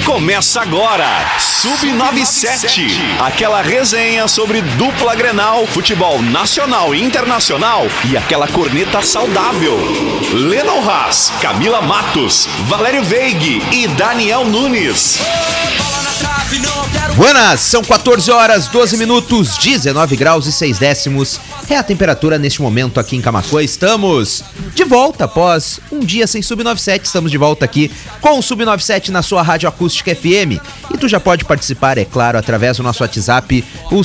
Começa agora, Sub-97, aquela resenha sobre dupla Grenal, futebol nacional e internacional e aquela corneta saudável. Lennon Haas, Camila Matos, Valério Veig e Daniel Nunes. Buenas, são 14 horas, 12 minutos, 19 graus e 6 décimos. É a temperatura neste momento aqui em Camaquã. Estamos de volta após um dia sem Sub-97. Estamos de volta aqui com o Sub-97 na sua Rádio Acústica FM. E tu já pode participar, é claro, através do nosso WhatsApp, o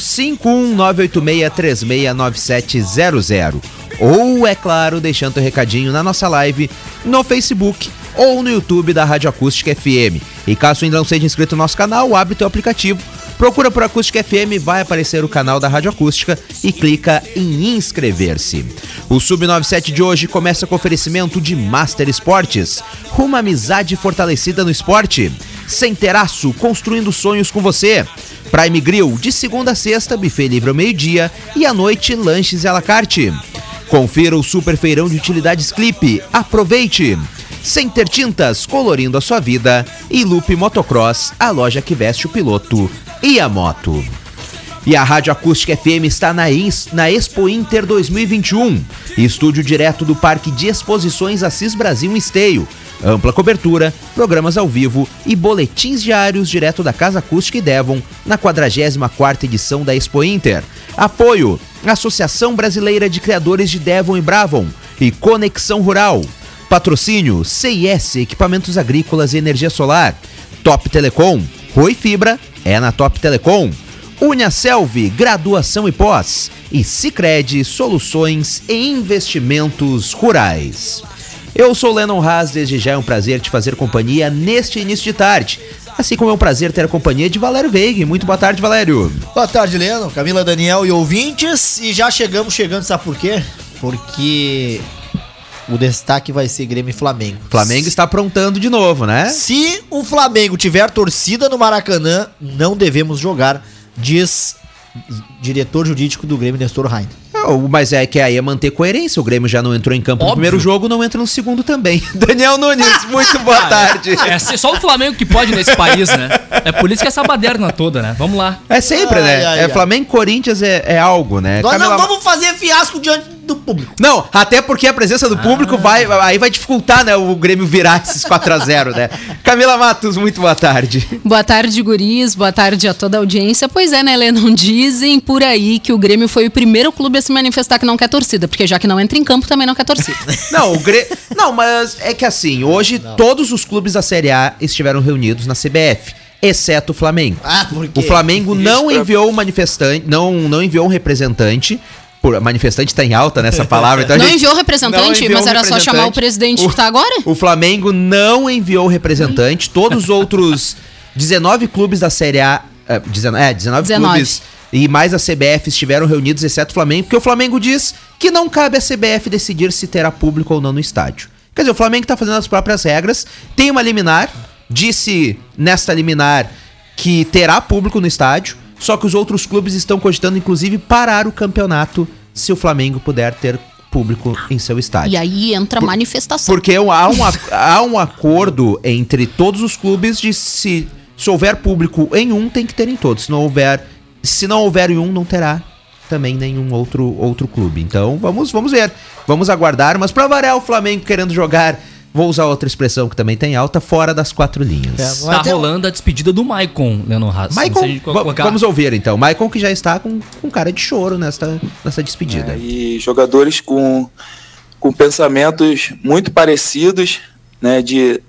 51986369700. Ou, é claro, deixando teu recadinho na nossa live no Facebook ou no YouTube da Rádio Acústica FM. E caso ainda não seja inscrito no nosso canal, abre teu aplicativo, procura por Acústica FM, vai aparecer o canal da Rádio Acústica e clica em inscrever-se. O Sub-97 de hoje começa com oferecimento de Master Esportes, uma amizade fortalecida no esporte. Sem Terraço, construindo sonhos com você. Prime Grill, de segunda a sexta, buffet livre ao meio-dia e à noite, lanches e à la carte. Confira o Super Feirão de Utilidades Clipe. Aproveite! Center Tintas, colorindo a sua vida. E Loop Motocross, a loja que veste o piloto e a moto. E a Rádio Acústica FM está na Expo Inter 2021. Estúdio direto do Parque de Exposições Assis Brasil em Esteio. Ampla cobertura, programas ao vivo e boletins diários direto da Casa Acústica e Devon na 44ª edição da Expo Inter. Apoio: Associação Brasileira de Criadores de Devon e Bravon e Conexão Rural. Patrocínio: CIS, Equipamentos Agrícolas e Energia Solar. Top Telecom, Oi Fibra é na Top Telecom. Uniaselv, graduação e pós. E Sicredi, soluções e investimentos rurais. Eu sou Lennon Haas, desde já é um prazer te fazer companhia neste início de tarde. Assim como é um prazer ter a companhia de Valério Veig. Muito boa tarde, Valério. Boa tarde, Lennon, Camila, Daniel e ouvintes. E já chegando, sabe por quê? Porque o destaque vai ser Grêmio e Flamengo. Flamengo está aprontando de novo, né? Se o Flamengo tiver torcida no Maracanã, não devemos jogar, diz diretor jurídico do Grêmio, Nestor Rainer. Mas é que aí é manter coerência. O Grêmio já não entrou em campo no primeiro jogo, não entra no segundo também. Daniel Nunes, muito boa tarde. É só o Flamengo que pode nesse país, né? É por isso que essa baderna toda, né? Vamos lá. É sempre, né? Flamengo e Corinthians é algo, né? Nós não vamos fazer fiasco diante do público. Não, até porque a presença do público vai dificultar, né, o Grêmio virar esses 4-0, né? Camila Matos, muito boa tarde. Boa tarde, guris. Boa tarde a toda a audiência. Pois é, né, Lennon? Dizem por aí que o Grêmio foi o primeiro clube a se manifestar que não quer torcida, porque já que não entra em campo, também não quer torcida. Não, mas é que assim, hoje todos os clubes da Série A estiveram reunidos na CBF, exceto o Flamengo. Por quê? O Flamengo não enviou um manifestante, não enviou um representante. Manifestante tá em alta nessa palavra. Então não enviou representante, mas era só chamar o presidente que tá agora? O Flamengo não enviou representante. Todos os outros 19 clubes da Série A, 19 clubes e mais a CBF estiveram reunidos, exceto o Flamengo, porque o Flamengo diz que não cabe a CBF decidir se terá público ou não no estádio. Quer dizer, o Flamengo tá fazendo as próprias regras, tem uma liminar, disse nesta liminar que terá público no estádio, só que os outros clubes estão cogitando, inclusive, parar o campeonato se o Flamengo puder ter público em seu estádio. E aí entra a manifestação. Porque há um acordo entre todos os clubes de se houver público em um, tem que ter em todos. Se não houver em um, não terá também nenhum outro clube. Então, vamos ver. Vamos aguardar. Mas para variar, o Flamengo querendo jogar, vou usar outra expressão que também tem alta, fora das 4 linhas. Tá rolando a despedida do Maicon, Lennon Haas. Vamos ouvir então. Maicon que já está com cara de choro nessa despedida. E jogadores com pensamentos muito parecidos, né, de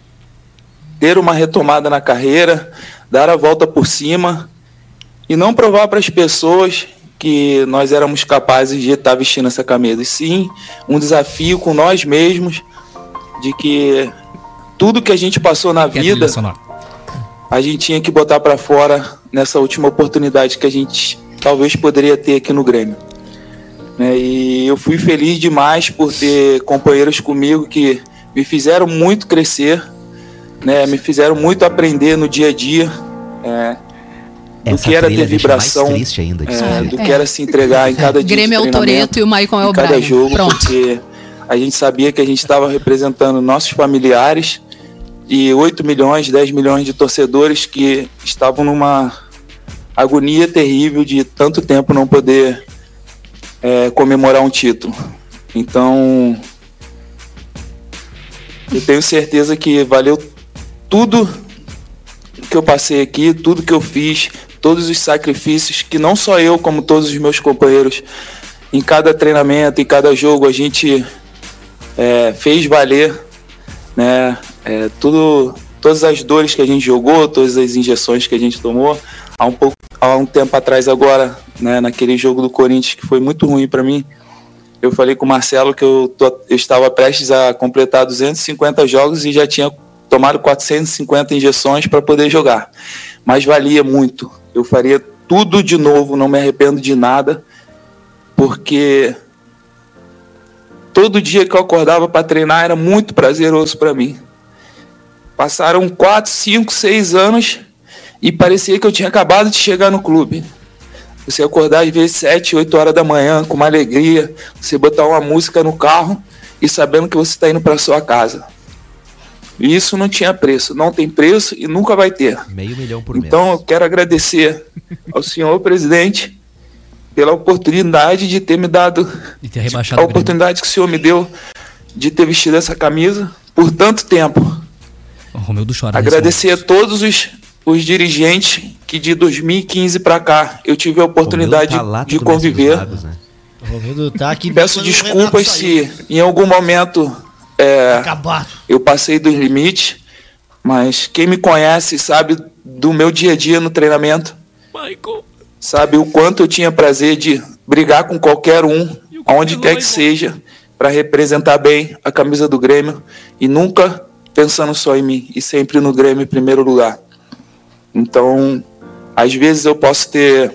ter uma retomada na carreira, dar a volta por cima e não provar para as pessoas que nós éramos capazes de estar vestindo essa camisa. E sim, um desafio com nós mesmos, de que tudo que a gente passou na vida, a gente tinha que botar para fora nessa última oportunidade que a gente talvez poderia ter aqui no Grêmio. E eu fui feliz demais por ter companheiros comigo que me fizeram muito crescer, né? Me fizeram muito aprender no dia a dia, do que era ter vibração, ainda, do que era se entregar em cada dia. Grêmio é o Toretto e o Maicon é o Brian. Cada jogo, porque a gente sabia que a gente estava representando nossos familiares e 8 milhões, 10 milhões de torcedores que estavam numa agonia terrível de tanto tempo não poder comemorar um título. Então, eu tenho certeza que valeu tudo que eu passei aqui, tudo que eu fiz, todos os sacrifícios que não só eu, como todos os meus companheiros, em cada treinamento, em cada jogo, a gente fez valer, né? Todas as dores que a gente jogou, todas as injeções que a gente tomou. Há um tempo atrás agora, né, naquele jogo do Corinthians que foi muito ruim para mim, eu falei com o Marcelo que eu estava prestes a completar 250 jogos e já tinha tomado 450 injeções para poder jogar. Mas valia muito. Eu faria tudo de novo, não me arrependo de nada, porque todo dia que eu acordava para treinar era muito prazeroso para mim. Passaram 4, 5, 6 anos e parecia que eu tinha acabado de chegar no clube. Você acordar às vezes 7, 8 horas da manhã com uma alegria, você botar uma música no carro e sabendo que você está indo para sua casa. E isso não tinha preço, não tem preço e nunca vai ter. R$500 mil por mês. Então eu quero agradecer ao senhor presidente pela oportunidade de ter me dado, E ter rebaixado a o Grêmio. oportunidade que o senhor me deu de ter vestido essa camisa por tanto tempo. O Romildo chora. Agradecer a todos os dirigentes que de 2015 para cá eu tive a oportunidade de conviver. O Romildo tá aqui. Peço desculpas se em algum momento Acabado. eu passei dos limites, mas quem me conhece sabe do meu dia a dia no treinamento. Sabe o quanto eu tinha prazer de brigar com qualquer um, aonde quer que seja, para representar bem a camisa do Grêmio e nunca pensando só em mim, e sempre no Grêmio em primeiro lugar. Então, às vezes eu posso ter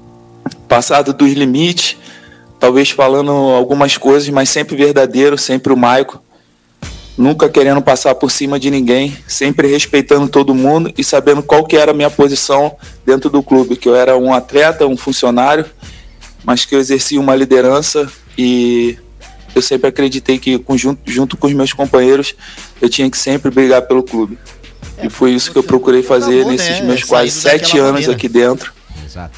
passado dos limites, talvez falando algumas coisas, mas sempre verdadeiro, sempre o Maico, nunca querendo passar por cima de ninguém, sempre respeitando todo mundo e sabendo qual que era a minha posição dentro do clube, que eu era um atleta, um funcionário, mas que eu exercia uma liderança e eu sempre acreditei que junto com os meus companheiros eu tinha que sempre brigar pelo clube. E foi isso que eu procurei fazer nesses meus quase 7 anos aqui dentro. Exato.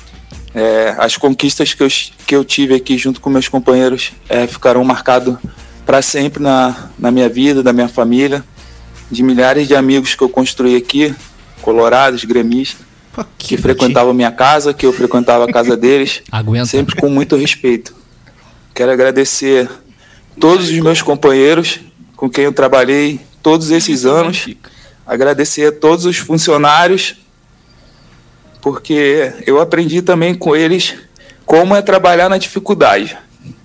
As conquistas que eu tive aqui junto com meus companheiros ficaram marcadas para sempre na minha vida, da minha família, de milhares de amigos que eu construí aqui, colorados, gremistas, que frequentavam minha casa, que eu frequentava a casa deles, Aguenta. sempre com muito respeito. Quero agradecer todos os meus companheiros com quem eu trabalhei todos esses anos, agradecer a todos os funcionários, porque eu aprendi também com eles como é trabalhar na dificuldade.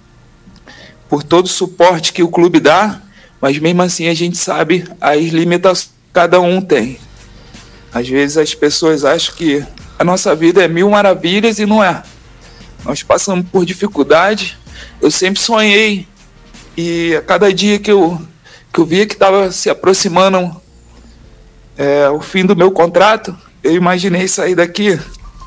Por todo o suporte que o clube dá, mas mesmo assim a gente sabe as limitações que cada um tem. Às vezes as pessoas acham que a nossa vida é mil maravilhas e não é. Nós passamos por dificuldade. Eu sempre sonhei e a cada dia que eu via que estava se aproximando o fim do meu contrato, eu imaginei sair daqui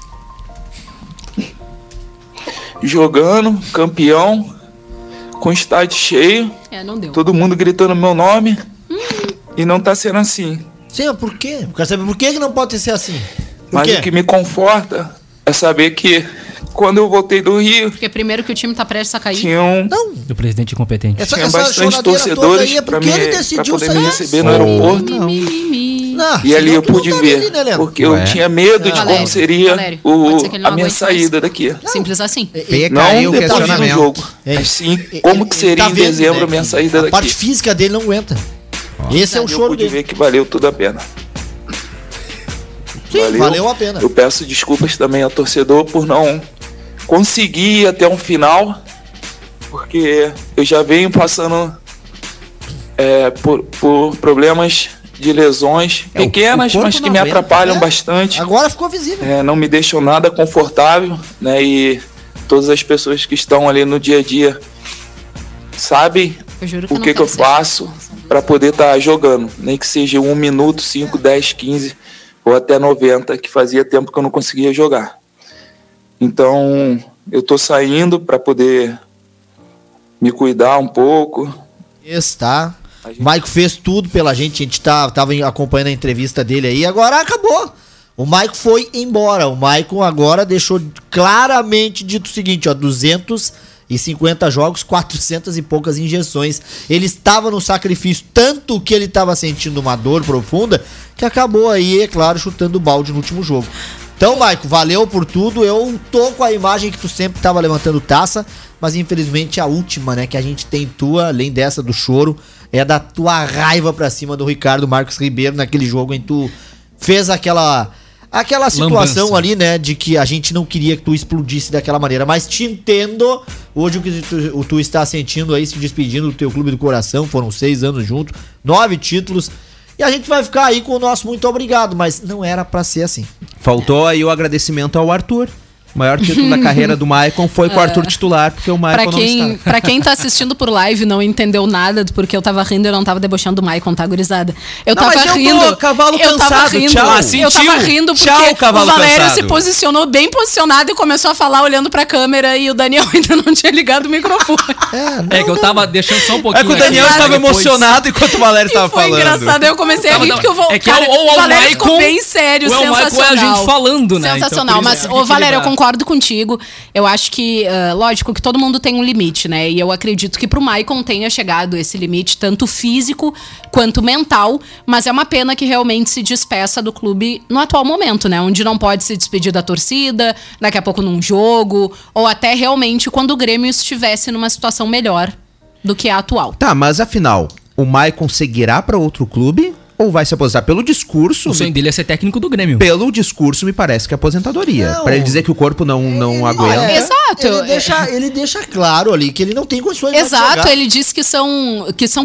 jogando, campeão, com o estádio cheio, Não deu. todo mundo gritando meu nome, e não tá sendo assim. Sim, mas por quê? Eu quero saber por que não pode ser assim. Por Mas quê? o que me conforta é saber que quando eu voltei do Rio, Porque primeiro que o time tá prestes a cair. tinham Não. Do presidente incompetente. tinha bastante torcedores para para ele decidiu poder me sair. receber no aeroporto. Não, E ali senão eu tu não pude tava ver, ali, né, Leandro? porque eu Ué. tinha medo de Valério, como seria Valério, pode ser que ele não a minha aguente saída daqui. Simples assim. Fica Não aí o depois do questionamento. jogo, mas sim como que seria em dezembro a minha saída A parte daqui. física dele não aguenta. Esse é o Eu choro pude dele. ver que valeu tudo a pena. Sim, valeu a pena. Eu peço desculpas também ao torcedor por não conseguir ir até um final, porque eu já venho passando por problemas de lesões É, o pequenas, corpo mas que não me aguenta, atrapalham né? bastante. Agora ficou visível. Não me deixam nada confortável, né? E todas as pessoas que estão ali no dia a dia sabem Eu juro o não que eu quero ser. faço para poder estar jogando, nem que seja 1 minuto, 5, 10, 15 ou até 90, que fazia tempo que eu não conseguia jogar. Então, eu tô saindo para poder me cuidar um pouco. Está. O Maico fez tudo pela gente, a gente tava acompanhando a entrevista dele aí, agora acabou. O Maico foi embora. O Maico agora deixou claramente dito o seguinte, ó, 250 jogos, 400 e poucas injeções. Ele estava no sacrifício, tanto que ele estava sentindo uma dor profunda, que acabou aí, é claro, chutando o balde no último jogo. Então, Maico, valeu por tudo. Eu tô com a imagem que tu sempre estava levantando taça, mas infelizmente a última, né, que a gente tem tua, além dessa do choro, é da tua raiva pra cima do Ricardo Marcos Ribeiro naquele jogo em que tu fez aquela situação Lambança. ali, né, de que a gente não queria que tu explodisse daquela maneira, mas te entendo. Hoje o que tu está sentindo aí, se despedindo do teu clube do coração, foram 6 anos juntos, 9 títulos, e a gente vai ficar aí com o nosso muito obrigado, mas não era pra ser assim. Faltou aí o agradecimento ao Arthur. O maior título da carreira do Maicon foi com o Arthur titular, porque o Maicon não estava. Pra quem tá assistindo por live e não entendeu nada do porque eu tava rindo, eu não tava debochando do Maicon, tá, gurizada? Eu Não, tava mas eu tô rindo. cavalo eu tava cansado, rindo. tchau. Eu tava rindo porque Tchau, cavalo o Valério cansado. se posicionou bem posicionado e começou a falar olhando pra câmera e o Daniel ainda não tinha ligado o microfone. É que eu tava deixando só um É pouquinho. que o Daniel aqui, estava depois- emocionado enquanto o Valério E estava foi falando. engraçado, aí eu comecei a rir porque eu vou. É que cara, ou é o Valério Maicon, ficou bem sério, ou é o Maicon, sensacional. ou é a gente falando, né? Sensacional, Então, por isso mas, tem que ô Valério, eu equilibrar. concordo contigo. Eu acho que, lógico, que todo mundo tem um limite, né? E eu acredito que pro Maicon tenha chegado esse limite, tanto físico quanto mental, mas é uma pena que realmente se despeça do clube no atual momento, né? Onde não pode se despedir da torcida, daqui a pouco num jogo, ou até realmente quando o Grêmio estivesse numa situação melhor do que a atual. Tá, mas afinal, o Maicon seguirá pra outro clube ou vai se aposentar? Pelo discurso, O sonho dele é ser técnico do Grêmio. pelo discurso me parece que é aposentadoria. Não. Pra ele dizer que o corpo não aguenta. Exato. Ele deixa claro ali que ele não tem condições mais de Exato, jogar. ele disse que são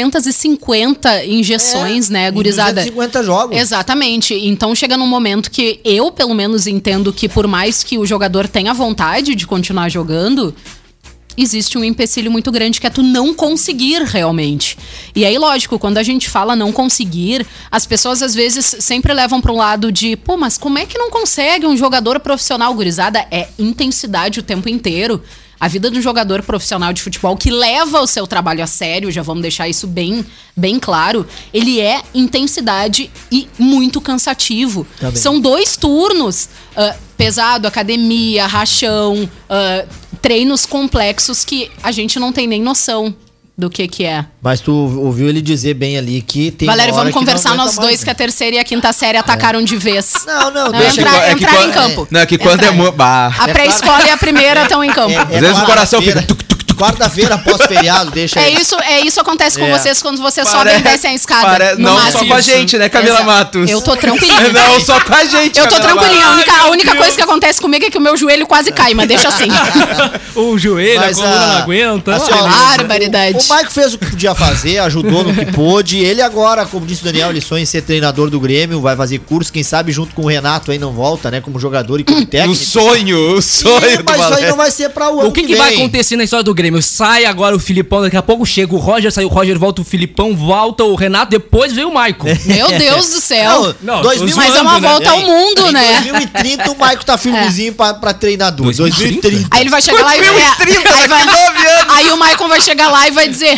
450 injeções, né, gurizada? 250 jogos. Exatamente. Então chega num momento que eu, pelo menos, entendo que por mais que o jogador tenha vontade de continuar jogando, existe um empecilho muito grande que é tu não conseguir realmente. E aí, lógico, quando a gente fala não conseguir, as pessoas às vezes sempre levam para um lado de, pô, mas como é que não consegue um jogador profissional, gurizada? É intensidade o tempo inteiro. A vida de um jogador profissional de futebol que leva o seu trabalho a sério, já vamos deixar isso bem, bem claro, ele é intensidade e muito cansativo. Tá bem. São 2 turnos, pesado, academia, rachão, treinos complexos que a gente não tem nem noção do que é. Mas tu ouviu ele dizer bem ali que tem Valério, uma hora vamos que não conversar aguenta nós mais, dois né? que a terceira e a quinta série atacaram de vez. Não, deixa deixa entrar em campo. Não, é que quando Entrar. Bah. A pré-escola e a primeira estão em campo. Às vezes o coração fica quarta-feira. Quarta-feira, pós-feriado, deixa aí. Isso acontece com É. vocês quando vocês sobem e descem a escada. Pare- no Não máximo. só com a gente, né, Camila Exato. Matos? Eu tô tranquilinha. Não, só com a gente. Eu tô Camila tranquilinha. Matos. A única coisa que acontece comigo é que o meu joelho quase cai, mas deixa assim. O joelho, Mas, a coluna não aguenta. assim, ó, Barbaridade. O Maico fez o que podia fazer, ajudou no que pôde. Ele agora, como disse o Daniel, ele sonha em ser treinador do Grêmio, vai fazer curso, quem sabe junto com o Renato aí não volta, né, como jogador e como O técnico. sonho do Mas isso aí Valério. não vai ser pra o ano O que vai acontecer na história do Grêmio? Sai agora o Filipão, daqui a pouco chega o Roger, sai o Roger, volta o Filipão, volta o Renato, depois vem o Maicon. Meu Deus do céu. Não, 2000, Mas é uma né? volta ao mundo, em né? 2030 o Maico tá firmezinho pra treinador. 2030. Aí ele vai chegar lá e... 2030, aí, daqui 9 anos. aí o Maicon vai chegar lá e vai dizer...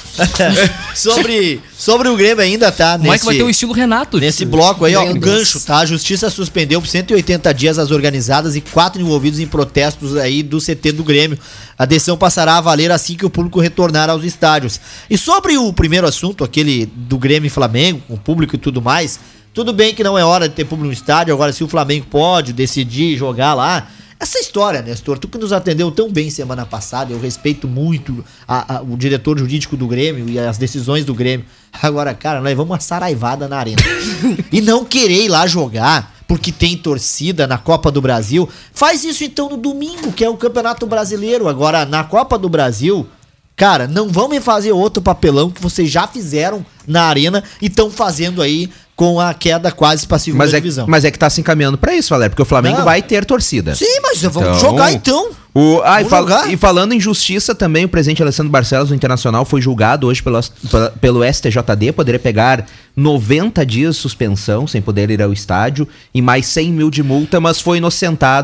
Sobre o Grêmio ainda, tá? O Maicon vai ter o estilo Renato. Nesse bloco aí, ó, Meu um Deus. gancho, tá? A justiça suspendeu por 180 dias as organizadas e 4 envolvidos em protestos aí do CT do Grêmio. A decisão passará a valer assim que o público retornar aos estádios. E sobre o primeiro assunto, aquele do Grêmio e Flamengo, com o público e tudo mais, tudo bem que não é hora de ter público no estádio, agora se o Flamengo pode decidir jogar lá... Essa história, Nestor, tu que nos atendeu tão bem semana passada, eu respeito muito o diretor jurídico do Grêmio e as decisões do Grêmio. Agora, cara, nós vamos uma saraivada na arena. E não querer ir lá jogar porque tem torcida na Copa do Brasil. Faz isso então no domingo, que é o Campeonato Brasileiro. Agora, na Copa do Brasil, cara, não vão me fazer outro papelão que vocês já fizeram na arena e estão fazendo aí com a queda quase pra segunda divisão. Mas é que tá se encaminhando pra isso, Valério, porque o Flamengo Não. vai ter torcida. Sim, mas vamos Então, jogar então. E, Vamos jogar. e falando em justiça também, o presidente Alessandro Barcelos, do Internacional, foi julgado hoje pelo STJD, poderia pegar 90 dias de suspensão, sem poder ir ao estádio, e mais 100 mil de multa, mas foi inocentado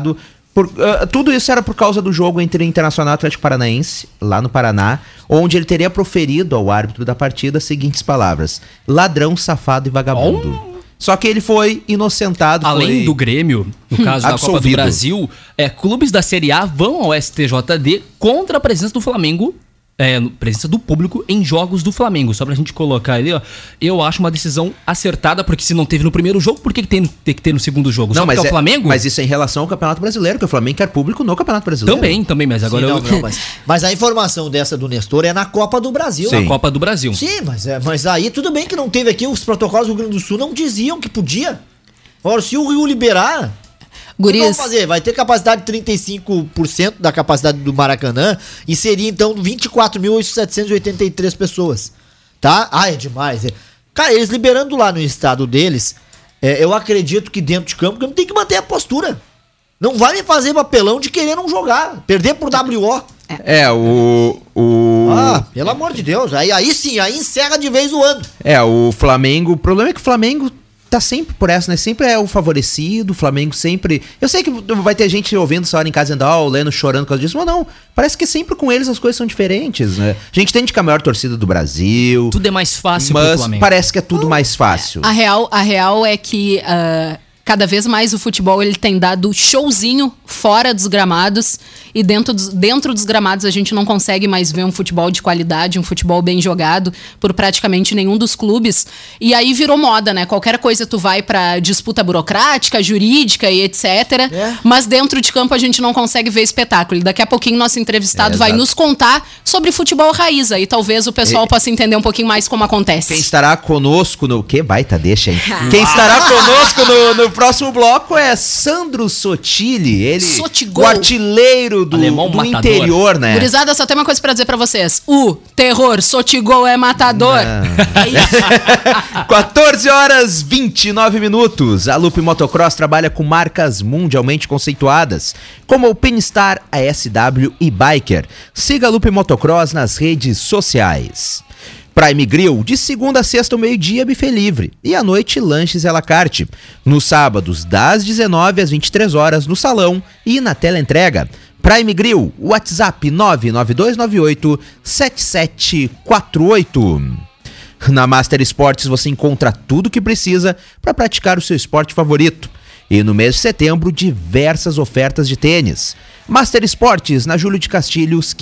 Tudo isso era por causa do jogo entre Internacional e Atlético Paranaense, lá no Paraná, onde ele teria proferido ao árbitro da partida as seguintes palavras: ladrão, safado e vagabundo. Só que ele foi inocentado. Além do Grêmio, no caso da Copa do Brasil, clubes da Série A vão ao STJD contra a presença do Flamengo, presença do público em jogos do Flamengo. Só pra gente colocar ali, ó. Eu acho uma decisão acertada, porque se não teve no primeiro jogo, por que tem que ter no segundo jogo? Não, só mas porque é o Flamengo? Mas isso é em relação ao Campeonato Brasileiro, que o Flamengo quer público no Campeonato Brasileiro. Também, mas agora mas a informação dessa do Nestor é na Copa do Brasil. Sim. Na Copa do Brasil. Sim, mas aí tudo bem que não teve aqui, os protocolos do Rio Grande do Sul não diziam que podia. Agora, se o Rio liberar... Guris. Vamos fazer, vai ter capacidade de 35% da capacidade do Maracanã e seria então 24.783 pessoas, tá? É demais. Cara, eles liberando lá no estado deles, eu acredito que dentro de campo não tem que manter a postura. Não vai me fazer papelão de querer não jogar, perder por WO. Pelo amor de Deus, aí sim, aí encerra de vez o ano. O Flamengo, o problema é que o Flamengo tá sempre por essa, né? Sempre é o favorecido, o Flamengo sempre... Eu sei que vai ter gente ouvindo essa hora em casa ainda, o Leno chorando por causa disso, mas não, parece que sempre com eles as coisas são diferentes, né? A gente tem de que a maior torcida do Brasil... Tudo é mais fácil pro Flamengo. Parece que é tudo mais fácil. A real é que cada vez mais o futebol ele tem dado showzinho fora dos gramados e dentro dos gramados a gente não consegue mais ver um futebol de qualidade, um futebol bem jogado por praticamente nenhum dos clubes. E aí virou moda, né? Qualquer coisa tu vai pra disputa burocrática, jurídica e etc. Mas dentro de campo a gente não consegue ver espetáculo. E daqui a pouquinho nosso entrevistado vai nos contar sobre futebol raiz. Aí talvez o pessoal possa entender um pouquinho mais como acontece. Quem estará conosco no... Que baita deixa, hein? Quem estará conosco no próximo bloco é Sandro Sotile. Ele, Sotigol. O artilheiro do interior, né? Gurizada, só tem uma coisa pra dizer pra vocês. O terror Sotigol é matador. É isso. 14 horas 29 minutos. A Loop Motocross trabalha com marcas mundialmente conceituadas, como o Pinstar, a SW e Biker. Siga a Loop Motocross nas redes sociais. Prime Grill, de segunda a sexta ao meio-dia, buffet livre. E à noite, lanches à la carte. Nos sábados, das 19 às 23 horas, no salão e na teleentrega. Prime Grill, WhatsApp 99298-7748. Na Master Esportes você encontra tudo o que precisa para praticar o seu esporte favorito. E no mês de setembro, diversas ofertas de tênis. Master Esportes, na Júlio de Castilhos,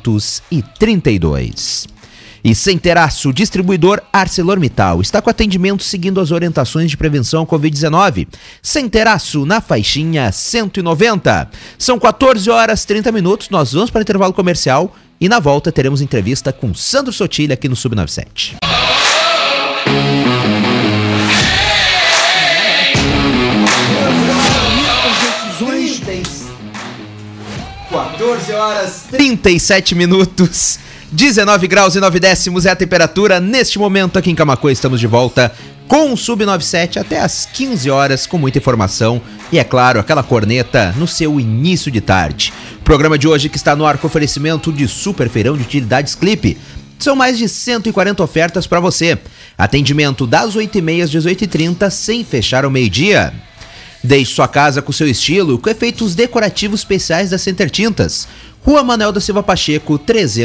532. E Centeraço, distribuidor ArcelorMittal, está com atendimento seguindo as orientações de prevenção ao Covid-19. Centeraço, na faixinha 190. São 14 horas 30 minutos, nós vamos para o intervalo comercial e na volta teremos entrevista com Sandro Sotile aqui no Sub97. 14 horas 37 minutos. 19 graus e 9 décimos é a temperatura. Neste momento aqui em Camaquã estamos de volta com o Sub97 até às 15 horas com muita informação e, é claro, aquela corneta no seu início de tarde. O programa de hoje que está no ar com oferecimento de Super Feirão de Utilidades Clipe. São mais de 140 ofertas para você. Atendimento das 8h30 às 18h30 sem fechar ao meio-dia. Deixe sua casa com seu estilo com efeitos decorativos especiais da Center Tintas. Rua Manuel da Silva Pacheco,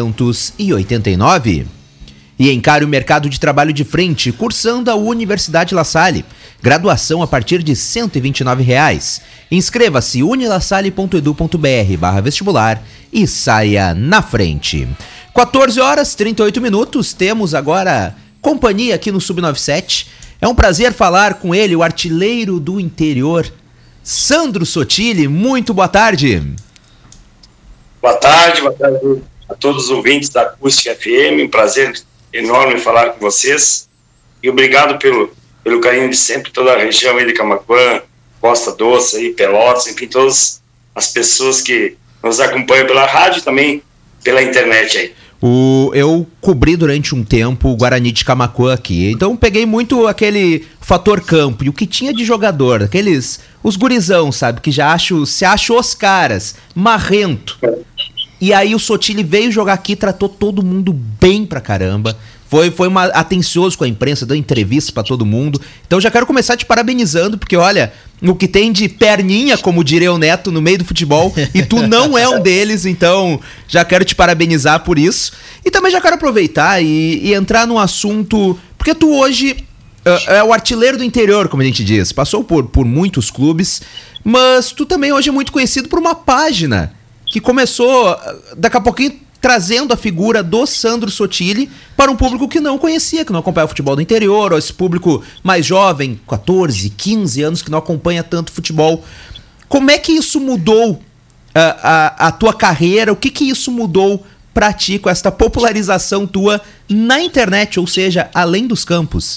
389. E encare o mercado de trabalho de frente, cursando a Universidade La Salle. Graduação a partir de R$ 129. Inscreva-se unilasalle.edu.br/vestibular e saia na frente. 14 horas 38 minutos, temos agora companhia aqui no Sub97. É um prazer falar com ele, o artilheiro do interior, Sandro Sotile. Muito boa tarde. Boa tarde a todos os ouvintes da Acústica FM. Um prazer enorme falar com vocês. E obrigado pelo carinho de sempre, toda a região aí de Camaquã, Costa Doce, aí, Pelotas, enfim, todas as pessoas que nos acompanham pela rádio e também pela internet aí. Eu cobri durante um tempo o Guarani de Camaquã aqui, então peguei muito aquele fator campo e o que tinha de jogador, os gurizão, sabe, que se acham os caras, marrento. E aí o Sotile veio jogar aqui, tratou todo mundo bem pra caramba, foi atencioso com a imprensa, deu entrevista pra todo mundo. Então já quero começar te parabenizando, porque olha, o que tem de perninha, como diria o Neto, no meio do futebol, e tu não é um deles, então já quero te parabenizar por isso. E também já quero aproveitar e entrar num assunto, porque tu hoje é o artilheiro do interior, como a gente diz, passou por muitos clubes, mas tu também hoje é muito conhecido por uma página que começou, daqui a pouquinho, trazendo a figura do Sandro Sotile para um público que não conhecia, que não acompanha o futebol do interior, ou esse público mais jovem, 14, 15 anos, que não acompanha tanto futebol. Como é que isso mudou a tua carreira? O que isso mudou para ti com esta popularização tua na internet, ou seja, além dos campos?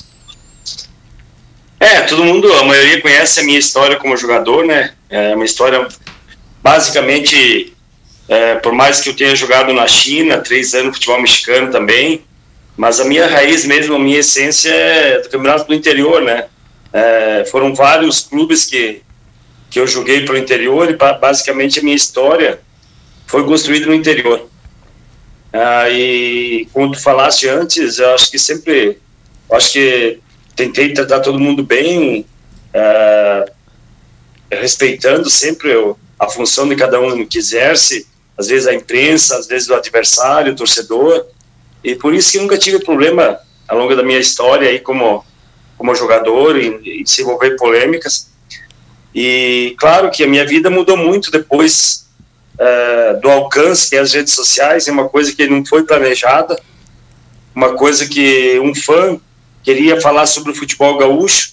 Todo mundo, a maioria conhece a minha história como jogador, né? É uma história basicamente... por mais que eu tenha jogado na China, 3 anos no futebol mexicano também, mas a minha raiz mesmo, a minha essência é do campeonato do interior, né? Foram vários clubes que eu joguei pelo interior e basicamente a minha história foi construída no interior. E como tu falaste antes, eu acho que tentei tratar todo mundo bem, respeitando sempre a função de cada um que exerce, às vezes a imprensa, às vezes o adversário, o torcedor, e por isso que nunca tive problema ao longo da minha história aí como jogador em desenvolver polêmicas. E claro que a minha vida mudou muito depois do alcance que é as redes sociais, é uma coisa que não foi planejada, uma coisa que um fã queria falar sobre o futebol gaúcho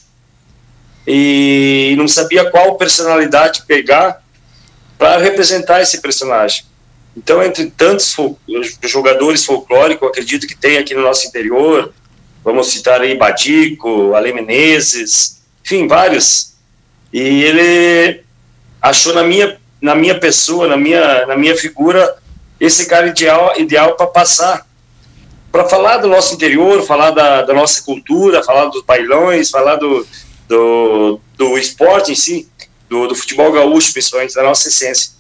e não sabia qual personalidade pegar para representar esse personagem. Então, entre tantos jogadores folclóricos, eu acredito que tem aqui no nosso interior, vamos citar aí Badico, Ale Menezes, enfim, vários. E ele achou na minha pessoa, na minha figura, esse cara ideal para passar, para falar do nosso interior, falar da nossa cultura, falar dos bailões, falar do esporte em si, do futebol gaúcho, principalmente, da nossa essência.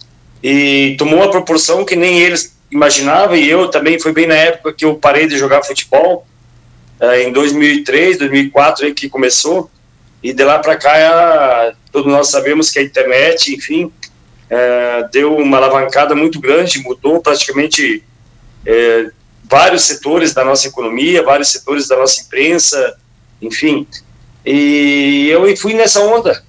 E tomou uma proporção que nem eles imaginavam, e eu também, foi bem na época que eu parei de jogar futebol, em 2003, 2004, aí que começou, e de lá para cá, todos nós sabemos que a internet, enfim, deu uma alavancada muito grande, mudou praticamente vários setores da nossa economia, vários setores da nossa imprensa, enfim, e eu fui nessa onda.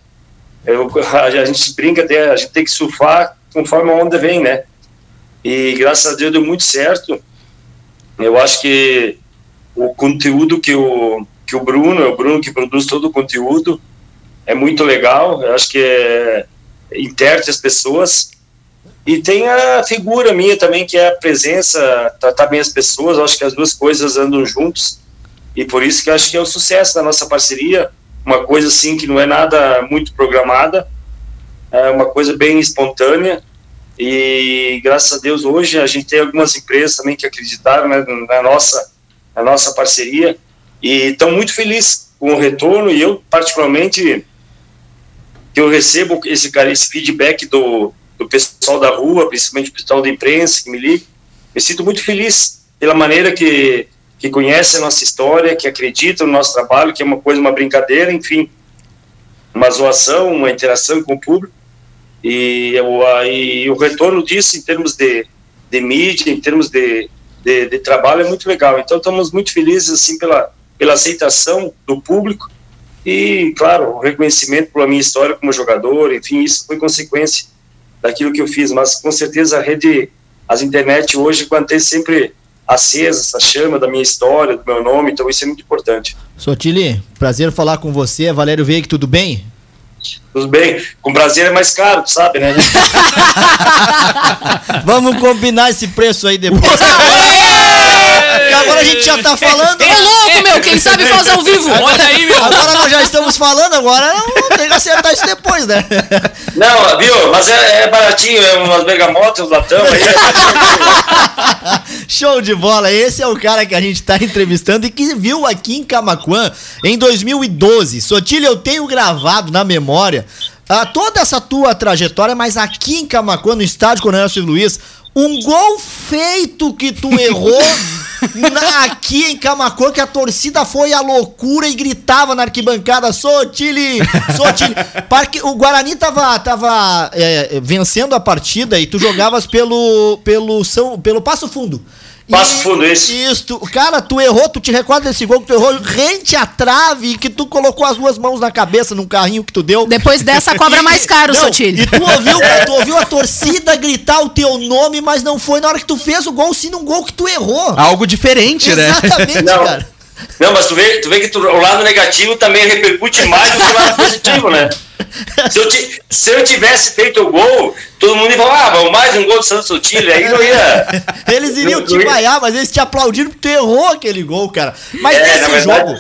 A gente brinca, a gente tem que surfar conforme a onda vem, né? E graças a Deus deu muito certo. Eu acho que o conteúdo que o Bruno, é o Bruno que produz todo o conteúdo, é muito legal. Eu acho que interte as pessoas. E tem a figura minha também, que é a presença, tratar bem as pessoas. Eu acho que as duas coisas andam juntos. E por isso que eu acho que é o sucesso da nossa parceria. Uma coisa assim que não é nada muito programada, é uma coisa bem espontânea, e graças a Deus hoje a gente tem algumas empresas também que acreditaram, né, na nossa parceria, e estão muito felizes com o retorno, e eu particularmente, que eu recebo esse feedback do pessoal da rua, principalmente o pessoal da imprensa que me liga, me sinto muito feliz pela maneira que conhece a nossa história, que acredita no nosso trabalho, que é uma brincadeira, enfim, uma zoação, uma interação com o público, e o retorno disso em termos de mídia, em termos de trabalho é muito legal. Então estamos muito felizes assim pela aceitação do público e, claro, o reconhecimento pela minha história como jogador, enfim, isso foi consequência daquilo que eu fiz, mas com certeza as internet hoje mantém sempre acesa essa chama da minha história, do meu nome, então isso é muito importante. Sotile, prazer falar com você, Valério Veig, tudo bem? Tudo bem, com prazer é mais caro, tu sabe, né? Vamos combinar esse preço aí depois. Agora a gente já tá falando. É louco, meu, quem sabe faz ao vivo. Olha aí, meu. Agora nós já estamos falando, agora tem que acertar isso depois, né? Não, viu? Mas é baratinho, umas bergamotas, uns latão aí. Show de bola, esse é o cara que a gente tá entrevistando e que viu aqui em Camaquã em 2012. Sotile, eu tenho gravado na memória toda essa tua trajetória, mas aqui em Camaquã, no estádio Coronel Silvio Luiz, um gol feito que tu errou Aqui em Camaquã, que a torcida foi à loucura e gritava na arquibancada, Sotile! O Guarani tava vencendo a partida e tu jogavas pelo Passo Fundo. Passo Fundo, esse. Isso, cara, tu errou, tu te recorda desse gol que tu errou rente à trave e que tu colocou as duas mãos na cabeça num carrinho que tu deu. Depois dessa cobra mais caro, Sotile. E tu ouviu a torcida gritar o teu nome, mas não foi na hora que tu fez o gol, sim num gol que tu errou. Algo diferente, né? Exatamente, cara. Não, mas tu vê que o lado negativo também repercute mais do que o lado positivo, né? Se eu tivesse feito o gol, todo mundo ia falar, mais um gol do Santos Sotile, aí não ia... Eles iriam te vaiar, mas eles te aplaudiram porque tu errou aquele gol, cara. Mas nesse jogo...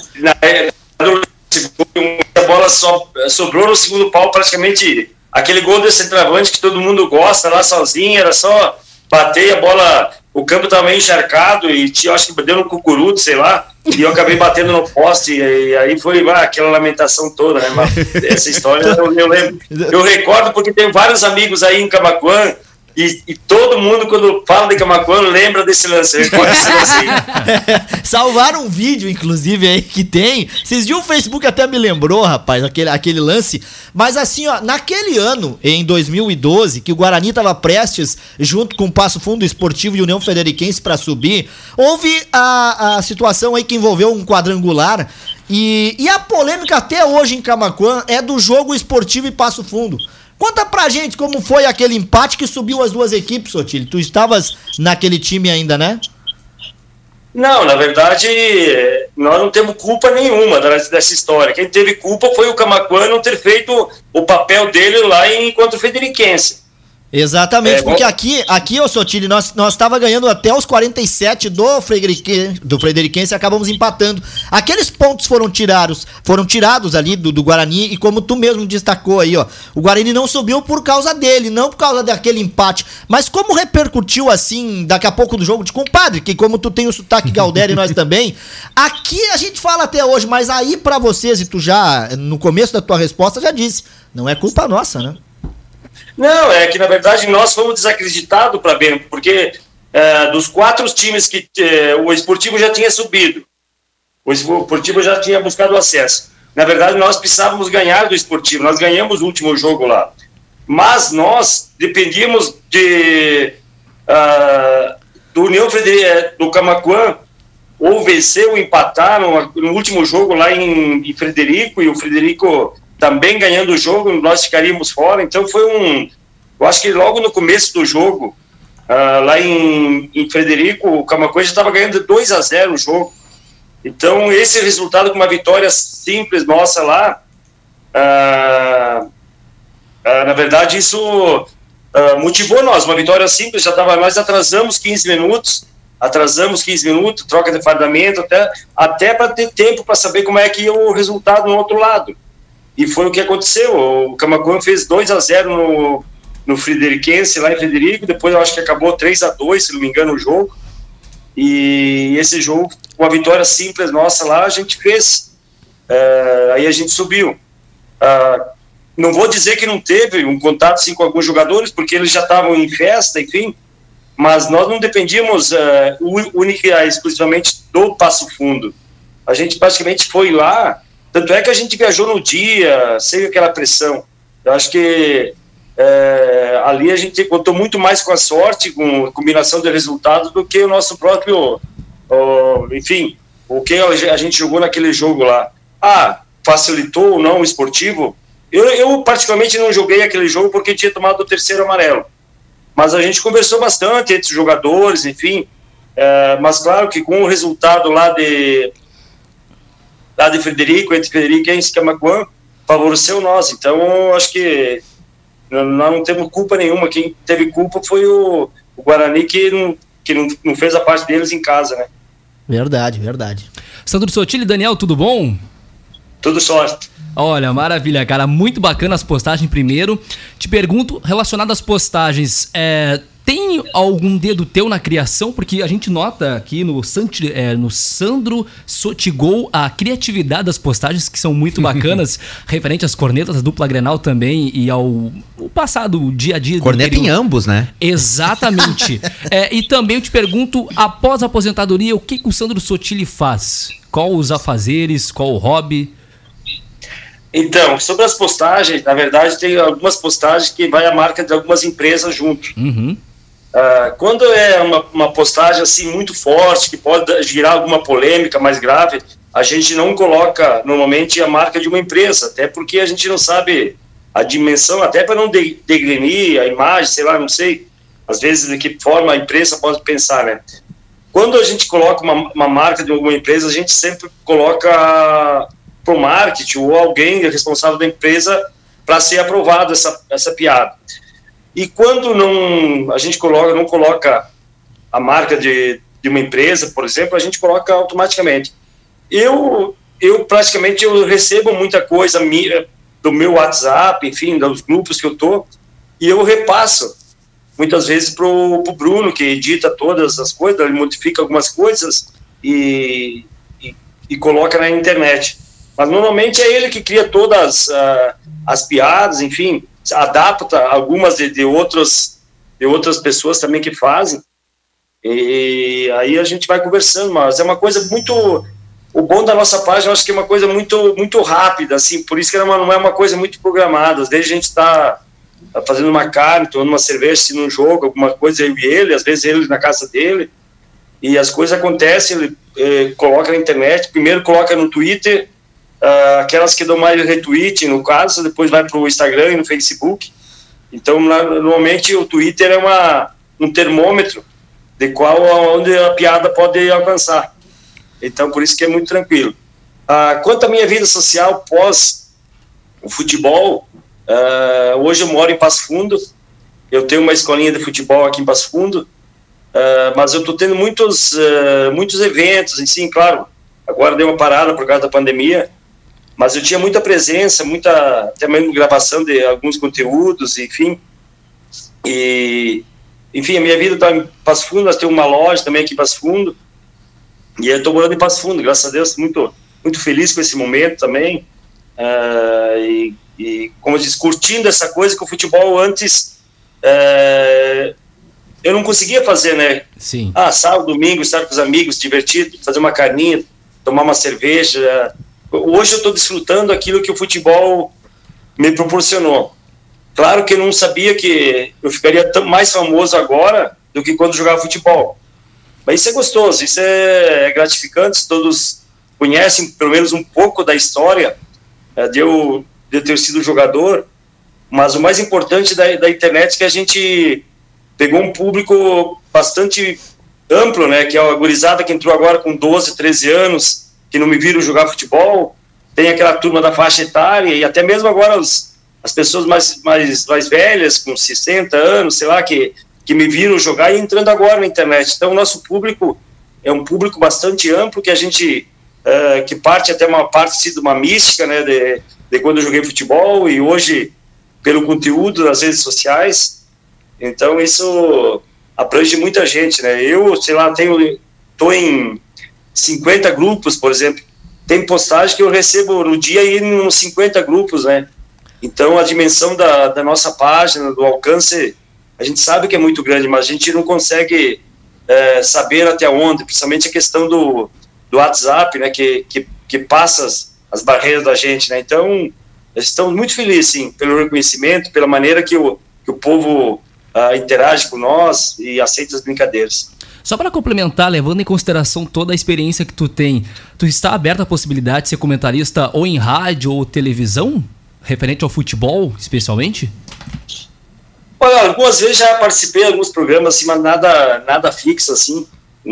A bola só sobrou no segundo pau, praticamente aquele gol desse centroavante que todo mundo gosta lá sozinho, era só bater a bola... O campo estava meio encharcado e eu acho que deu no cucuruto, sei lá, e eu acabei batendo no poste e aí foi aquela lamentação toda, né? Mas essa história eu lembro. Eu recordo porque tenho vários amigos aí em Camaquã e todo mundo, quando fala de Camaquã, lembra desse lance. Eu recordo esse lance aí. Salvaram um vídeo, inclusive, aí que tem. Vocês viram o Facebook, até me lembrou, rapaz, aquele lance. Mas assim, ó, naquele ano, em 2012, que o Guarani tava prestes, junto com o Passo Fundo Esportivo e União Frederiquense para subir, houve a situação aí que envolveu um quadrangular. E a polêmica até hoje em Camaquã é do jogo Esportivo e Passo Fundo. Conta pra gente como foi aquele empate que subiu as duas equipes, Sotile. Tu estavas naquele time ainda, né? Não, na verdade, nós não temos culpa nenhuma dessa história. Quem teve culpa foi o Camaquã não ter feito o papel dele lá contra o Frederiquense. Exatamente, porque aqui, ô Sotile, nós tava ganhando até os 47 do Frederiquense e acabamos empatando. Aqueles pontos foram tirados ali do Guarani e como tu mesmo destacou aí, ó, o Guarani não subiu por causa dele, não por causa daquele empate. Mas como repercutiu assim, daqui a pouco do jogo de compadre, que como tu tem o sotaque Galdério e nós também, aqui a gente fala até hoje, mas aí pra vocês, e tu já, no começo da tua resposta, já disse, não é culpa nossa, né? Não, é que na verdade nós fomos desacreditados para Bento, porque dos 4 times que o Esportivo já tinha subido, o Esportivo já tinha buscado acesso. Na verdade nós precisávamos ganhar do Esportivo, nós ganhamos o último jogo lá, mas nós dependíamos do União do Camaquã ou vencer ou empatar no último jogo lá em Frederico, e o Frederico também ganhando o jogo, nós ficaríamos fora. Então foi eu acho que logo no começo do jogo, lá em Frederico, o Camaquã já estava ganhando 2-0 o jogo. Então esse resultado, com uma vitória simples nossa lá, na verdade isso motivou nós, uma vitória simples, nós atrasamos 15 minutos, troca de fardamento, até para ter tempo para saber como é que ia o resultado no outro lado. E foi o que aconteceu. O Camaquã fez 2-0 no Frederiquense, lá em Frederico. Depois eu acho que acabou 3-2, se não me engano, o jogo. E esse jogo, com a vitória simples nossa lá, a gente fez. Aí a gente subiu. Não vou dizer que não teve um contato sim, com alguns jogadores, porque eles já estavam em festa, enfim. Mas nós não dependíamos única e exclusivamente do Passo Fundo. A gente praticamente foi lá. Tanto é que a gente viajou no dia, sem aquela pressão. Eu acho que ali a gente contou muito mais com a sorte, com a combinação de resultados, do que o nosso próprio... enfim, o que a gente jogou naquele jogo lá. Facilitou ou não o Esportivo? Eu particularmente não joguei aquele jogo porque tinha tomado o 3º amarelo. Mas a gente conversou bastante entre os jogadores, enfim. Mas claro que com o resultado lá de Frederico, entre Frederiquense e Camaquã, favoreceu nós. Então, acho que nós não temos culpa nenhuma. Quem teve culpa foi o Guarani, que não fez a parte deles em casa, né? Verdade. Sandro Sotile, Daniel, tudo bom? Tudo sorte. Olha, maravilha, cara, muito bacana as postagens primeiro. Te pergunto, relacionado às postagens, Tem algum dedo teu na criação? Porque a gente nota aqui no Sandro Sotigol a criatividade das postagens, que são muito bacanas, referente às cornetas da dupla Grenal também e ao passado dia a dia. Corneta em ambos, né? Exatamente. E também eu te pergunto, após a aposentadoria, o que o Sandro Sotile faz? Qual os afazeres, qual o hobby? Então, sobre as postagens, na verdade tem algumas postagens que vai a marca de algumas empresas junto. Uhum. Quando é uma postagem assim muito forte, que pode gerar alguma polêmica mais grave, a gente não coloca normalmente a marca de uma empresa, até porque a gente não sabe a dimensão, até para não degrenir a imagem, sei lá, não sei, às vezes de que forma a empresa pode pensar, né? Quando a gente coloca uma marca de alguma empresa, a gente sempre coloca para o marketing ou alguém responsável da empresa para ser aprovado essa piada. E quando a gente não coloca a marca de uma empresa, por exemplo, a gente coloca automaticamente. Eu praticamente recebo muita coisa do meu WhatsApp, enfim, dos grupos que eu tô, e eu repasso muitas vezes pro Bruno, que edita todas as coisas, ele modifica algumas coisas e coloca na internet. Mas normalmente é ele que cria todas as piadas, enfim, adapta algumas de outras pessoas também que fazem, e aí a gente vai conversando, mas é uma coisa muito... O bom da nossa página, eu acho que é uma coisa muito, muito rápida, assim, por isso que não é uma coisa muito programada. Às vezes a gente está fazendo uma carne, tomando uma cerveja, assistindo um jogo, alguma coisa, eu e ele, às vezes ele na casa dele, e as coisas acontecem, ele coloca na internet, primeiro coloca no Twitter, aquelas que dão mais retweet, no caso, depois vai para o Instagram e no Facebook. Então, normalmente, o Twitter é um termômetro de onde a piada pode alcançar. Então, por isso que é muito tranquilo. Quanto à minha vida social pós o futebol, hoje eu moro em Passo Fundo, eu tenho uma escolinha de futebol aqui em Passo Fundo, mas eu estou tendo muitos eventos, assim, claro, agora deu uma parada por causa da pandemia, mas eu tinha muita presença, até mesmo gravação de alguns conteúdos, enfim. Enfim, a minha vida está em Passo Fundo, nós temos uma loja também aqui em Passo Fundo, e eu estou morando em Passo Fundo, graças a Deus, muito, muito feliz com esse momento também, e como eu disse, curtindo essa coisa que o futebol antes eu não conseguia fazer, né? Sim. Sábado, domingo, estar com os amigos, divertido, fazer uma carninha, tomar uma cerveja. Hoje eu estou desfrutando aquilo que o futebol me proporcionou. Claro que eu não sabia que eu ficaria mais famoso agora do que quando jogava futebol. Mas isso é gostoso, isso é gratificante. Todos conhecem pelo menos um pouco da história de eu ter sido jogador. Mas o mais importante da internet é que a gente pegou um público bastante amplo, né? Que é a gurizada que entrou agora com 12, 13 anos, que não me viram jogar futebol, tem aquela turma da faixa etária, e até mesmo agora as pessoas mais velhas, com 60 anos, sei lá, que me viram jogar e entrando agora na internet. Então o nosso público é um público bastante amplo, que a gente, que parte até uma parte de uma mística, né, de quando eu joguei futebol, e hoje pelo conteúdo das redes sociais. Então isso abrange muita gente, né? Eu, sei lá, tô em 50 grupos, por exemplo. Tem postagem que eu recebo no dia e nos 50 grupos, né? Então a dimensão da nossa página, do alcance, a gente sabe que é muito grande, mas a gente não consegue saber até onde, principalmente a questão do WhatsApp, né? Que passa as barreiras da gente, né? Então estamos muito felizes, sim, pelo reconhecimento, pela maneira que o povo interage com nós e aceita as brincadeiras. Só para complementar, levando em consideração toda a experiência que tu tem, tu está aberto à possibilidade de ser comentarista ou em rádio ou televisão, referente ao futebol, especialmente? Olha, algumas vezes já participei de alguns programas, assim, mas nada fixo, assim.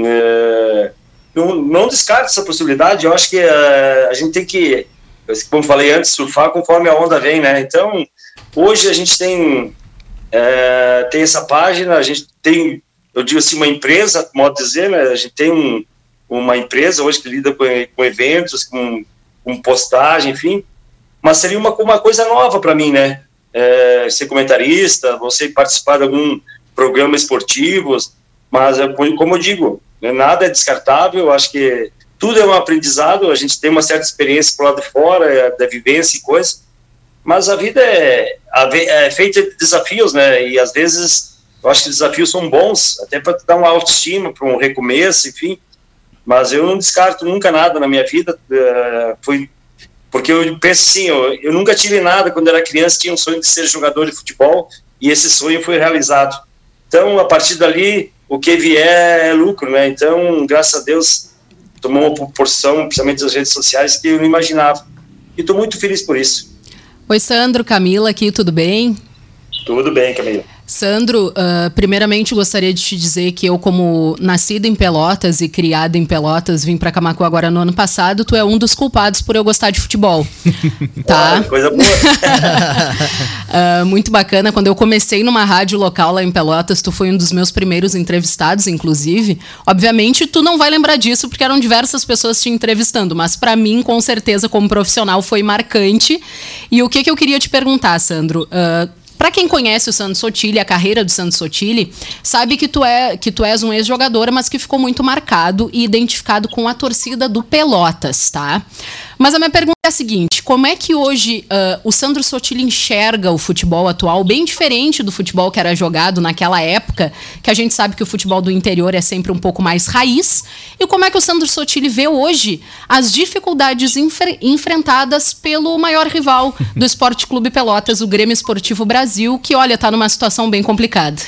Não descarto essa possibilidade. Eu acho que a gente tem que, como falei antes, surfar conforme a onda vem, né? Então, hoje a gente tem essa página, a gente tem, eu digo assim, uma empresa, modo de dizer, né? A gente tem uma empresa hoje que lida com eventos, com postagem, enfim, mas seria uma coisa nova para mim, né? Ser comentarista, você participar de programas esportivos, mas como eu digo, nada é descartável. Eu acho que tudo é um aprendizado, a gente tem uma certa experiência pro lado de fora, da vivência e coisa, mas a vida é feita de desafios, né? E às vezes eu acho que desafios são bons, até para dar uma autoestima, para um recomeço, enfim. Mas eu não descarto nunca nada na minha vida, porque eu penso assim, eu nunca tive nada quando era criança, tinha um sonho de ser jogador de futebol, e esse sonho foi realizado. Então, a partir dali, o que vier é lucro, né? Então, graças a Deus, tomou uma proporção, principalmente nas redes sociais, que eu não imaginava. E estou muito feliz por isso. Oi, Sandro, Camila aqui, tudo bem? Tudo bem, Camila. Sandro, primeiramente gostaria de te dizer que eu, como nascida em Pelotas e criada em Pelotas, vim para Camaquã agora no ano passado, tu é um dos culpados por eu gostar de futebol, tá? Coisa boa. Muito bacana, quando eu comecei numa rádio local lá em Pelotas, tu foi um dos meus primeiros entrevistados, inclusive. Obviamente, tu não vai lembrar disso, porque eram diversas pessoas te entrevistando, mas para mim, com certeza, como profissional, foi marcante. E o que eu queria te perguntar, Sandro? Para quem conhece o Sandro Sotile, a carreira do Sandro Sotile, sabe que tu és um ex-jogador, mas que ficou muito marcado e identificado com a torcida do Pelotas, tá? Mas a minha pergunta é a seguinte: como é que hoje o Sandro Sotile enxerga o futebol atual, bem diferente do futebol que era jogado naquela época, que a gente sabe que o futebol do interior é sempre um pouco mais raiz, e como é que o Sandro Sotile vê hoje as dificuldades enfrentadas pelo maior rival do Esporte Clube Pelotas, o Grêmio Esportivo Brasil, que, olha, tá numa situação bem complicada.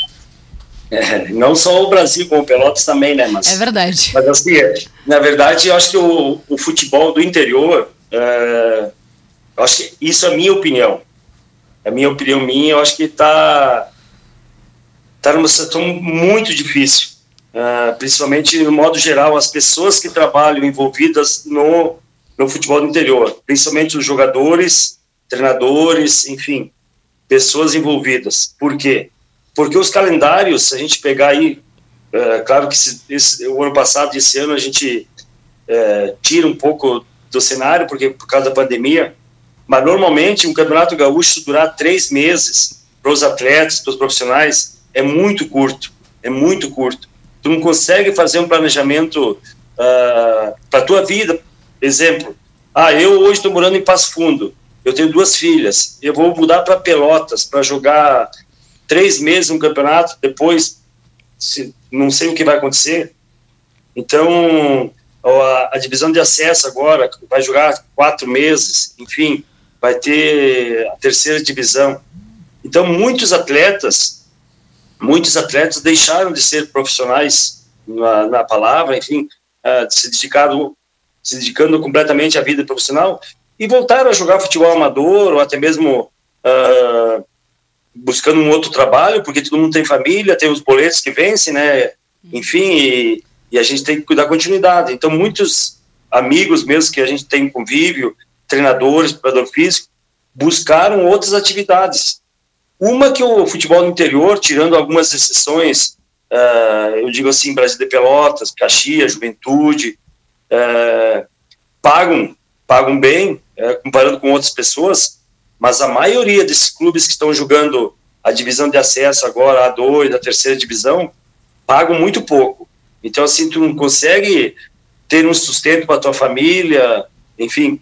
Não só o Brasil, como o Pelotas também, né? Mas, é verdade. Mas assim, na verdade, eu acho que o futebol do interior, eu acho que isso é a minha opinião. A minha opinião eu acho que tá numa situação muito difícil. Principalmente, no modo geral, as pessoas que trabalham envolvidas no futebol do interior. Principalmente os jogadores, treinadores, enfim, pessoas envolvidas. Por quê? Porque os calendários, se a gente pegar aí, claro que o ano passado e esse ano a gente tira um pouco do cenário, porque por causa da pandemia, mas normalmente um campeonato gaúcho durar 3 meses para os atletas, para os profissionais, é muito curto, Tu não consegue fazer um planejamento para a tua vida. Exemplo, eu hoje estou morando em Passo Fundo, eu tenho 2 filhas, eu vou mudar para Pelotas para jogar 3 meses no campeonato, depois não sei o que vai acontecer. Então, a divisão de acesso agora vai jogar 4 meses, enfim, vai ter a 3ª divisão. Então, muitos atletas deixaram de ser profissionais na palavra, enfim, se dedicando completamente à vida profissional e voltaram a jogar futebol amador ou até mesmo buscando um outro trabalho, porque todo mundo tem família, tem os boletos que vencem, né? Enfim, e a gente tem que dar continuidade. Então, muitos amigos mesmo que a gente tem convívio, treinadores, preparador físico, buscaram outras atividades. Uma que o futebol no interior, tirando algumas exceções, eu digo assim, Brasil de Pelotas, Caxias, Juventude, pagam bem, comparando com outras pessoas, mas a maioria desses clubes que estão jogando a divisão de acesso agora, a A2, da 3ª divisão, pagam muito pouco. Então, assim, tu não consegue ter um sustento para tua família, enfim,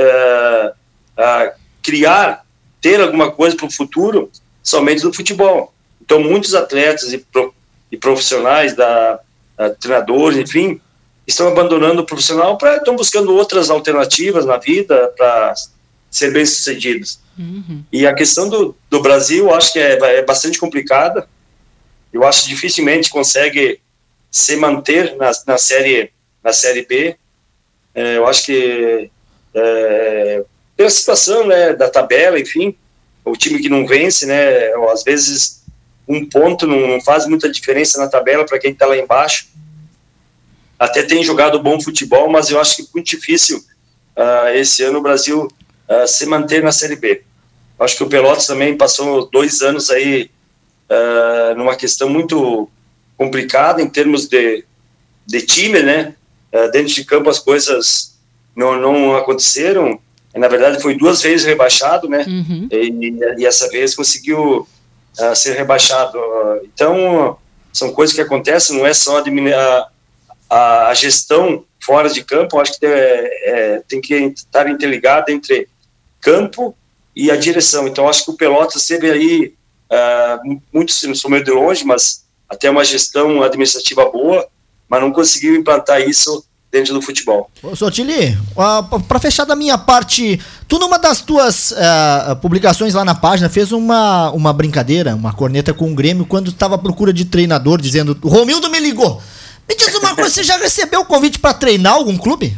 ter alguma coisa para o futuro somente no futebol. Então, muitos atletas e profissionais, treinadores, enfim, estão abandonando o profissional estão buscando outras alternativas na vida para ser bem-sucedidos. Uhum. E a questão do Brasil, eu acho que é bastante complicada. Eu acho que dificilmente consegue se manter na série B. Eu acho que tem a situação, né, da tabela, enfim, o time que não vence, né, às vezes um ponto não faz muita diferença na tabela para quem está lá embaixo. Até tem jogado bom futebol, mas eu acho que é muito difícil esse ano o Brasil se manter na Série B. Acho que o Pelotas também passou 2 anos aí numa questão muito complicada em termos de time, né? Dentro de campo as coisas não aconteceram. Na verdade, foi 2 vezes rebaixado, né? Uhum. E essa vez conseguiu ser rebaixado. Então, são coisas que acontecem, não é só a gestão fora de campo. Acho que tem que estar interligado entre campo e a direção. Então, acho que o Pelotas teve aí, muito, não sou meio de longe, mas até uma gestão administrativa boa, mas não conseguiu implantar isso dentro do futebol. Ô, Sotili, para fechar da minha parte, tu numa das tuas publicações lá na página fez uma brincadeira, uma corneta com o Grêmio quando estava à procura de treinador, dizendo: o Romildo me ligou. Me diz uma coisa, você já recebeu o convite para treinar algum clube?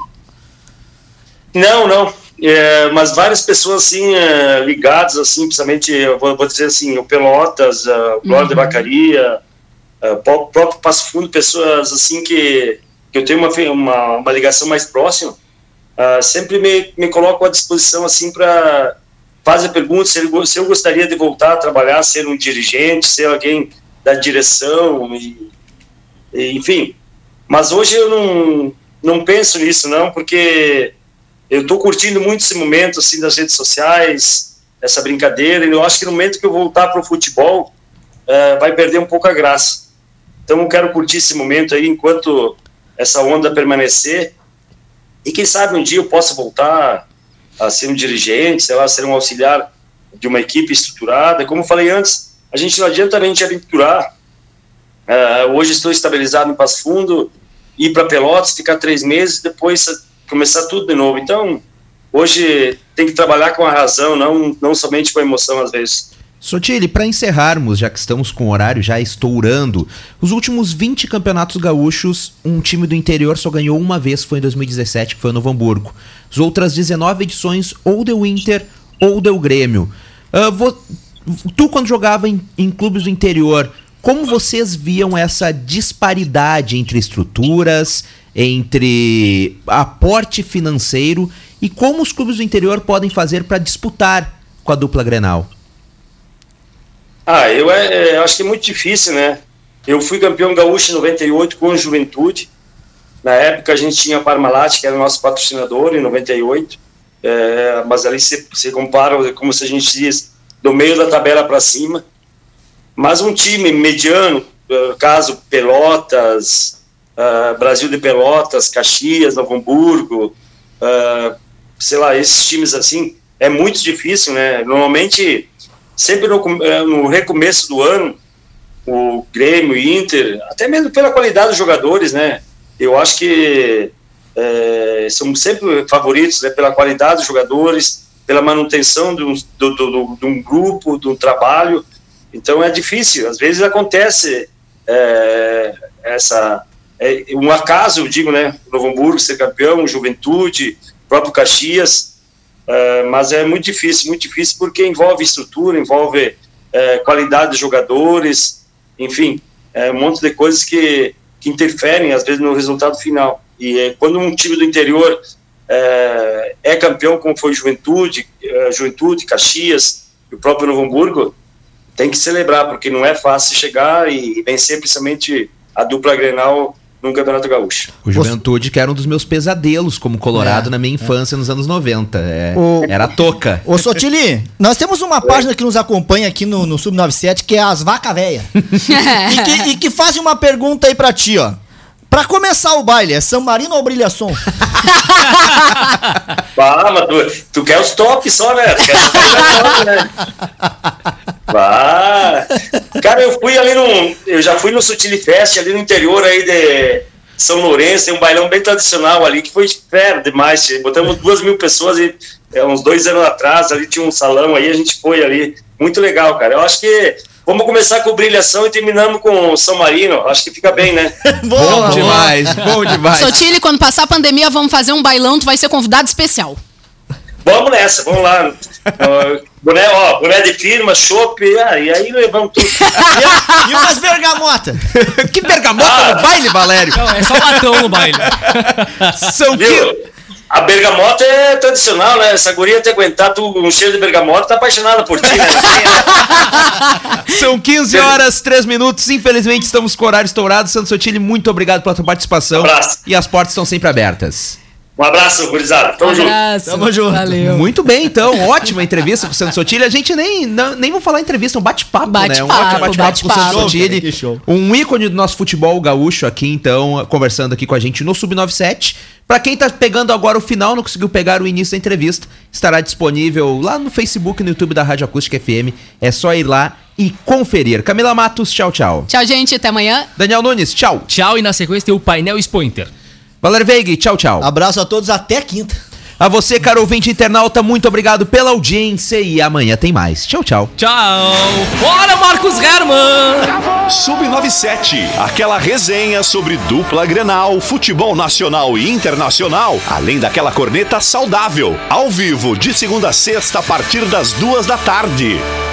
Não. Mas várias pessoas assim, ligadas, assim, principalmente, eu vou dizer assim, o Pelotas, o Glória de Vacaria, o próprio Passo Fundo, pessoas assim que eu tenho uma ligação mais próxima, sempre me coloco à disposição assim para fazer perguntas se eu gostaria de voltar a trabalhar, ser um dirigente, ser alguém da direção, enfim. Mas hoje eu não penso nisso, não, porque eu estou curtindo muito esse momento assim das redes sociais, essa brincadeira, e eu acho que no momento que eu voltar para o futebol, vai perder um pouco a graça. Então eu quero curtir esse momento aí enquanto essa onda permanecer, e quem sabe um dia eu possa voltar a ser um dirigente, sei lá, ser um auxiliar de uma equipe estruturada. Como eu falei antes, não adianta a gente aventurar. Hoje estou estabilizado em Passo Fundo, ir para Pelotas, ficar 3 meses, depois começar tudo de novo. Então, hoje tem que trabalhar com a razão, não somente com a emoção às vezes. Sotili, para encerrarmos, já que estamos com o horário já estourando, os últimos 20 campeonatos gaúchos, um time do interior só ganhou uma vez, foi em 2017, que foi o Novo Hamburgo. As outras 19 edições ou deu Inter ou deu Grêmio. Tu, quando jogava em clubes do interior, como vocês viam essa disparidade entre estruturas, entre aporte financeiro, e como os clubes do interior podem fazer para disputar com a dupla Grenal? Eu acho que é muito difícil, né? Eu fui campeão gaúcho em 98 com Juventude. Na época a gente tinha a Parmalat, que era o nosso patrocinador, em 98. Mas ali se compara, como se a gente diz, do meio da tabela para cima. Mas um time mediano, caso Pelotas, Brasil de Pelotas, Caxias, Novo Hamburgo, sei lá, esses times assim, é muito difícil, né? Normalmente, sempre no recomeço do ano, o Grêmio, Inter, até mesmo pela qualidade dos jogadores, né? Eu acho que são sempre favoritos, né? Pela qualidade dos jogadores, pela manutenção de um grupo, de um trabalho. Então é difícil, às vezes acontece um acaso, eu digo, né? Novo Hamburgo ser campeão, Juventude, próprio Caxias, mas é muito difícil porque envolve estrutura, envolve qualidade dos jogadores, enfim, um monte de coisas que interferem às vezes no resultado final. E quando um time do interior é campeão, como foi Juventude, Caxias e o próprio Novo Hamburgo, tem que celebrar, porque não é fácil chegar e vencer principalmente a dupla Grenal num Campeonato Gaúcho. O Juventude, que era um dos meus pesadelos como colorado na minha infância, nos anos 90. Era a toca. Ô Sotili, nós temos uma página que nos acompanha aqui no Sub-97, que é as Vaca Véia. e que faz uma pergunta aí pra ti, ó. Pra começar o baile, é São Marino ou Brilhação? Mas tu quer os tops só, né? Tu quer os top, né? Cara, eu já fui no Sotili Fest ali no interior aí de São Lourenço, tem um bailão bem tradicional ali, que foi fera demais, botamos 2.000 pessoas e uns 2 anos atrás, ali tinha um salão aí, a gente foi ali, muito legal, cara. Eu acho que vamos começar com Brilhação e terminamos com São Marino, acho que fica bem, né? Bom demais. Sotili, quando passar a pandemia, vamos fazer um bailão, tu vai ser convidado especial. Vamos nessa, vamos lá. Boné de firma, chopp, e aí levamos tudo. E umas bergamotas. Que bergamota no baile, Valério? Não, é só latão no baile. A bergamota é tradicional, né? Essa guria ter aguentado um cheiro de bergamota, tá apaixonada por ti, né? São 15 horas, 3 minutos. Infelizmente estamos com o horário estourado. Sandro Sotili, muito obrigado pela tua participação. Abraço. E as portas estão sempre abertas. Um abraço, gurizada. Tamo junto. Tamo junto. Valeu. Muito bem, então. Ótima entrevista com o Sandro Sotile. A gente nem vou falar entrevista, um bate-papo, né? Um ótimo bate-papo com o Sandro Sotile. Que show. Um ícone do nosso futebol gaúcho aqui, então, conversando aqui com a gente no Sub-97. Pra quem tá pegando agora o final, não conseguiu pegar o início da entrevista, estará disponível lá no Facebook e no YouTube da Rádio Acústica FM. É só ir lá e conferir. Camila Matos, tchau, tchau. Tchau, gente. Até amanhã. Daniel Nunes, tchau. Tchau, e na sequência tem o painel Expo Inter. Valério Veig, tchau, tchau. Abraço a todos, até quinta. A você, caro ouvinte internauta, muito obrigado pela audiência e amanhã tem mais. Tchau, tchau. Tchau. Bora, Marcos Herman! Sub-97, aquela resenha sobre dupla Grenal, futebol nacional e internacional, além daquela corneta saudável, ao vivo de segunda a sexta a partir das 2 da tarde.